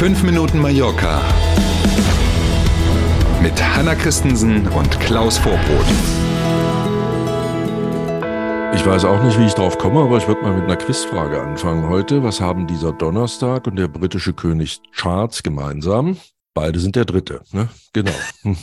5 Minuten Mallorca mit Hanna Christensen und Klaus Vorbrot. Ich weiß auch nicht, wie ich drauf komme, aber ich würde mal mit einer Quizfrage anfangen heute. Was haben dieser Donnerstag und der britische König Charles gemeinsam? Beide sind der Dritte, ne? Genau.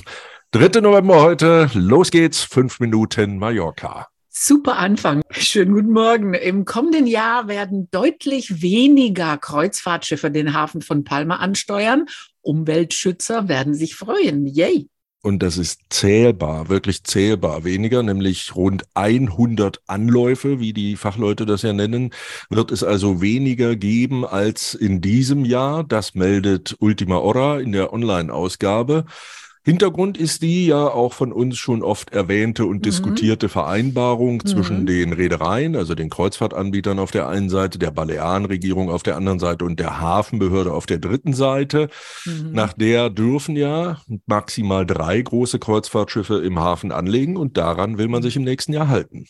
3. November heute. Los geht's. 5 Minuten Mallorca. Super Anfang. Schönen guten Morgen. Im kommenden Jahr werden deutlich weniger Kreuzfahrtschiffe den Hafen von Palma ansteuern. Umweltschützer werden sich freuen. Yay! Und das ist zählbar, wirklich zählbar weniger, nämlich rund 100 Anläufe, wie die Fachleute das ja nennen, wird es also weniger geben als in diesem Jahr. Das meldet Ultima Hora in der Online-Ausgabe. Hintergrund ist die ja auch von uns schon oft erwähnte und diskutierte Vereinbarung zwischen den Reedereien, also den Kreuzfahrtanbietern auf der einen Seite, der Balearenregierung auf der anderen Seite und der Hafenbehörde auf der dritten Seite. Nach der dürfen ja maximal 3 große Kreuzfahrtschiffe im Hafen anlegen und daran will man sich im nächsten Jahr halten.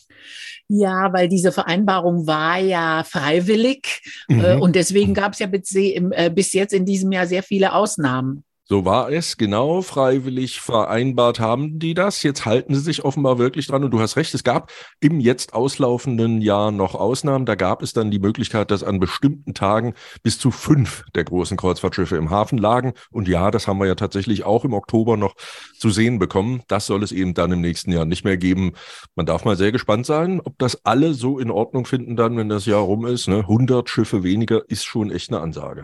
Ja, weil diese Vereinbarung war ja freiwillig und deswegen gab es ja bis jetzt in diesem Jahr sehr viele Ausnahmen. So war es, genau, freiwillig vereinbart haben die das. Jetzt halten sie sich offenbar wirklich dran und du hast recht, es gab im jetzt auslaufenden Jahr noch Ausnahmen. Da gab es dann die Möglichkeit, dass an bestimmten Tagen bis zu 5 der großen Kreuzfahrtschiffe im Hafen lagen. Und ja, das haben wir ja tatsächlich auch im Oktober noch zu sehen bekommen. Das soll es eben dann im nächsten Jahr nicht mehr geben. Man darf mal sehr gespannt sein, ob das alle so in Ordnung finden dann, wenn das Jahr rum ist. 100 Schiffe weniger ist schon echt eine Ansage.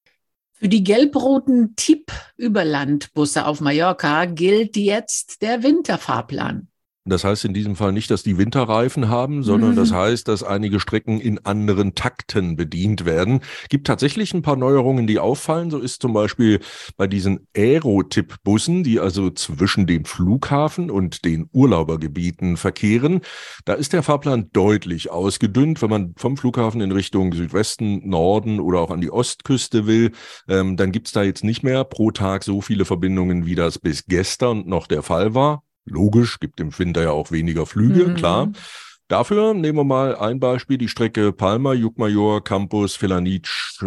Für die gelb-roten TIP-Überlandbusse auf Mallorca gilt jetzt der Winterfahrplan. Das heißt in diesem Fall nicht, dass die Winterreifen haben, sondern das heißt, dass einige Strecken in anderen Takten bedient werden. Gibt tatsächlich ein paar Neuerungen, die auffallen. So ist zum Beispiel bei diesen Aero-Tip-Bussen, die also zwischen dem Flughafen und den Urlaubergebieten verkehren, da ist der Fahrplan deutlich ausgedünnt. Wenn man vom Flughafen in Richtung Südwesten, Norden oder auch an die Ostküste will, dann gibt's da jetzt nicht mehr pro Tag so viele Verbindungen, wie das bis gestern noch der Fall war. Logisch, gibt im Winter ja auch weniger Flüge, klar. Dafür nehmen wir mal ein Beispiel, die Strecke Palma, Llucmajor, Campos, Felanitx,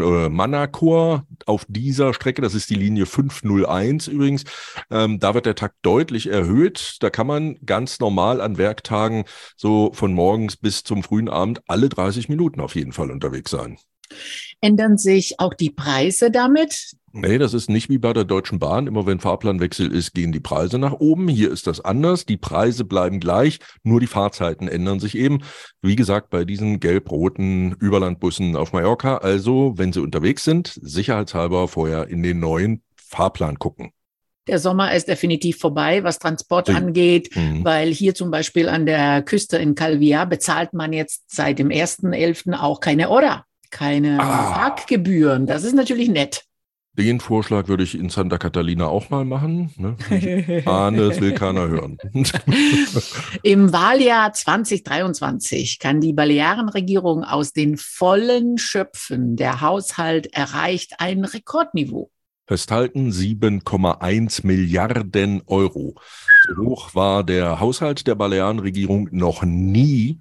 Manacor. Auf dieser Strecke, das ist die Linie 501 übrigens, da wird der Takt deutlich erhöht. Da kann man ganz normal an Werktagen so von morgens bis zum frühen Abend alle 30 Minuten auf jeden Fall unterwegs sein. Ändern sich auch die Preise damit? Nee, das ist nicht wie bei der Deutschen Bahn. Immer wenn Fahrplanwechsel ist, gehen die Preise nach oben. Hier ist das anders. Die Preise bleiben gleich, nur die Fahrzeiten ändern sich eben. Wie gesagt, bei diesen gelb-roten Überlandbussen auf Mallorca. Also, wenn Sie unterwegs sind, sicherheitshalber vorher in den neuen Fahrplan gucken. Der Sommer ist definitiv vorbei, was Transport angeht, weil hier zum Beispiel an der Küste in Calvià bezahlt man jetzt seit dem 1.11. auch keine Hora, keine Parkgebühren. Das ist natürlich nett. Den Vorschlag würde ich in Santa Catalina auch mal machen. Ne? Ich ahne, es will keiner hören. Im Wahljahr 2023 kann die Balearenregierung aus den Vollen schöpfen. Der Haushalt erreicht ein Rekordniveau. Festhalten, 7,1 Milliarden Euro. So hoch war der Haushalt der Balearenregierung noch nie.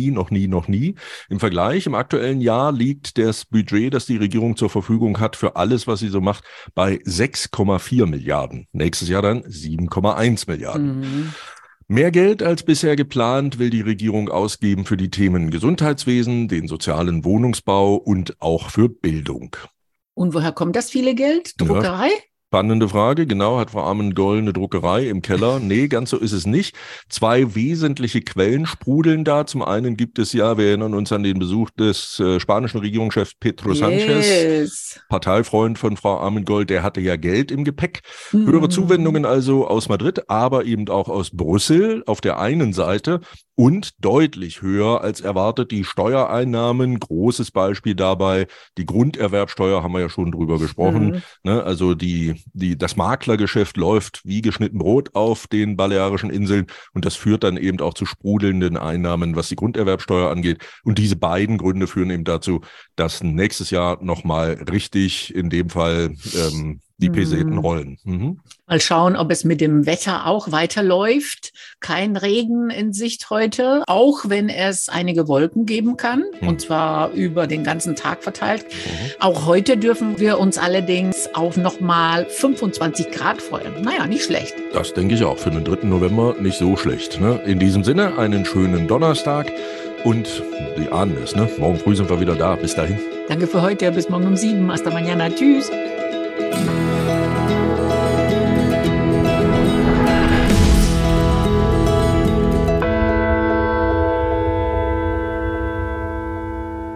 Im Vergleich, im aktuellen Jahr liegt das Budget, das die Regierung zur Verfügung hat für alles, was sie so macht, bei 6,4 Milliarden. Nächstes Jahr dann 7,1 Milliarden. Mehr Geld als bisher geplant will die Regierung ausgeben für die Themen Gesundheitswesen, den sozialen Wohnungsbau und auch für Bildung. Und woher kommt das viele Geld? Druckerei? Ja, spannende Frage. Genau, hat Frau Armengold eine Druckerei im Keller? Nee, ganz so ist es nicht. 2 wesentliche Quellen sprudeln da. Zum einen gibt es ja, wir erinnern uns an den Besuch des spanischen Regierungschefs Pedro Sánchez, Parteifreund von Frau Armengold, der hatte ja Geld im Gepäck. Höhere Zuwendungen also aus Madrid, aber eben auch aus Brüssel auf der einen Seite und deutlich höher als erwartet die Steuereinnahmen. Großes Beispiel dabei, die Grunderwerbsteuer, haben wir ja schon drüber gesprochen. Ne? Also das Maklergeschäft läuft wie geschnitten Brot auf den Balearischen Inseln und das führt dann eben auch zu sprudelnden Einnahmen, was die Grunderwerbsteuer angeht. Und diese beiden Gründe führen eben dazu, dass nächstes Jahr nochmal richtig, in dem Fall die Peseten rollen. Mhm. Mal schauen, ob es mit dem Wetter auch weiterläuft. Kein Regen in Sicht heute, auch wenn es einige Wolken geben kann, und zwar über den ganzen Tag verteilt. Auch heute dürfen wir uns allerdings auf nochmal 25 Grad freuen. Naja, nicht schlecht. Das denke ich auch. Für den 3. November nicht so schlecht. Ne? In diesem Sinne, einen schönen Donnerstag. Und Sie ahnen es, ne? Morgen früh sind wir wieder da. Bis dahin. Danke für heute. Bis morgen um 7. Hasta mañana. Tschüss.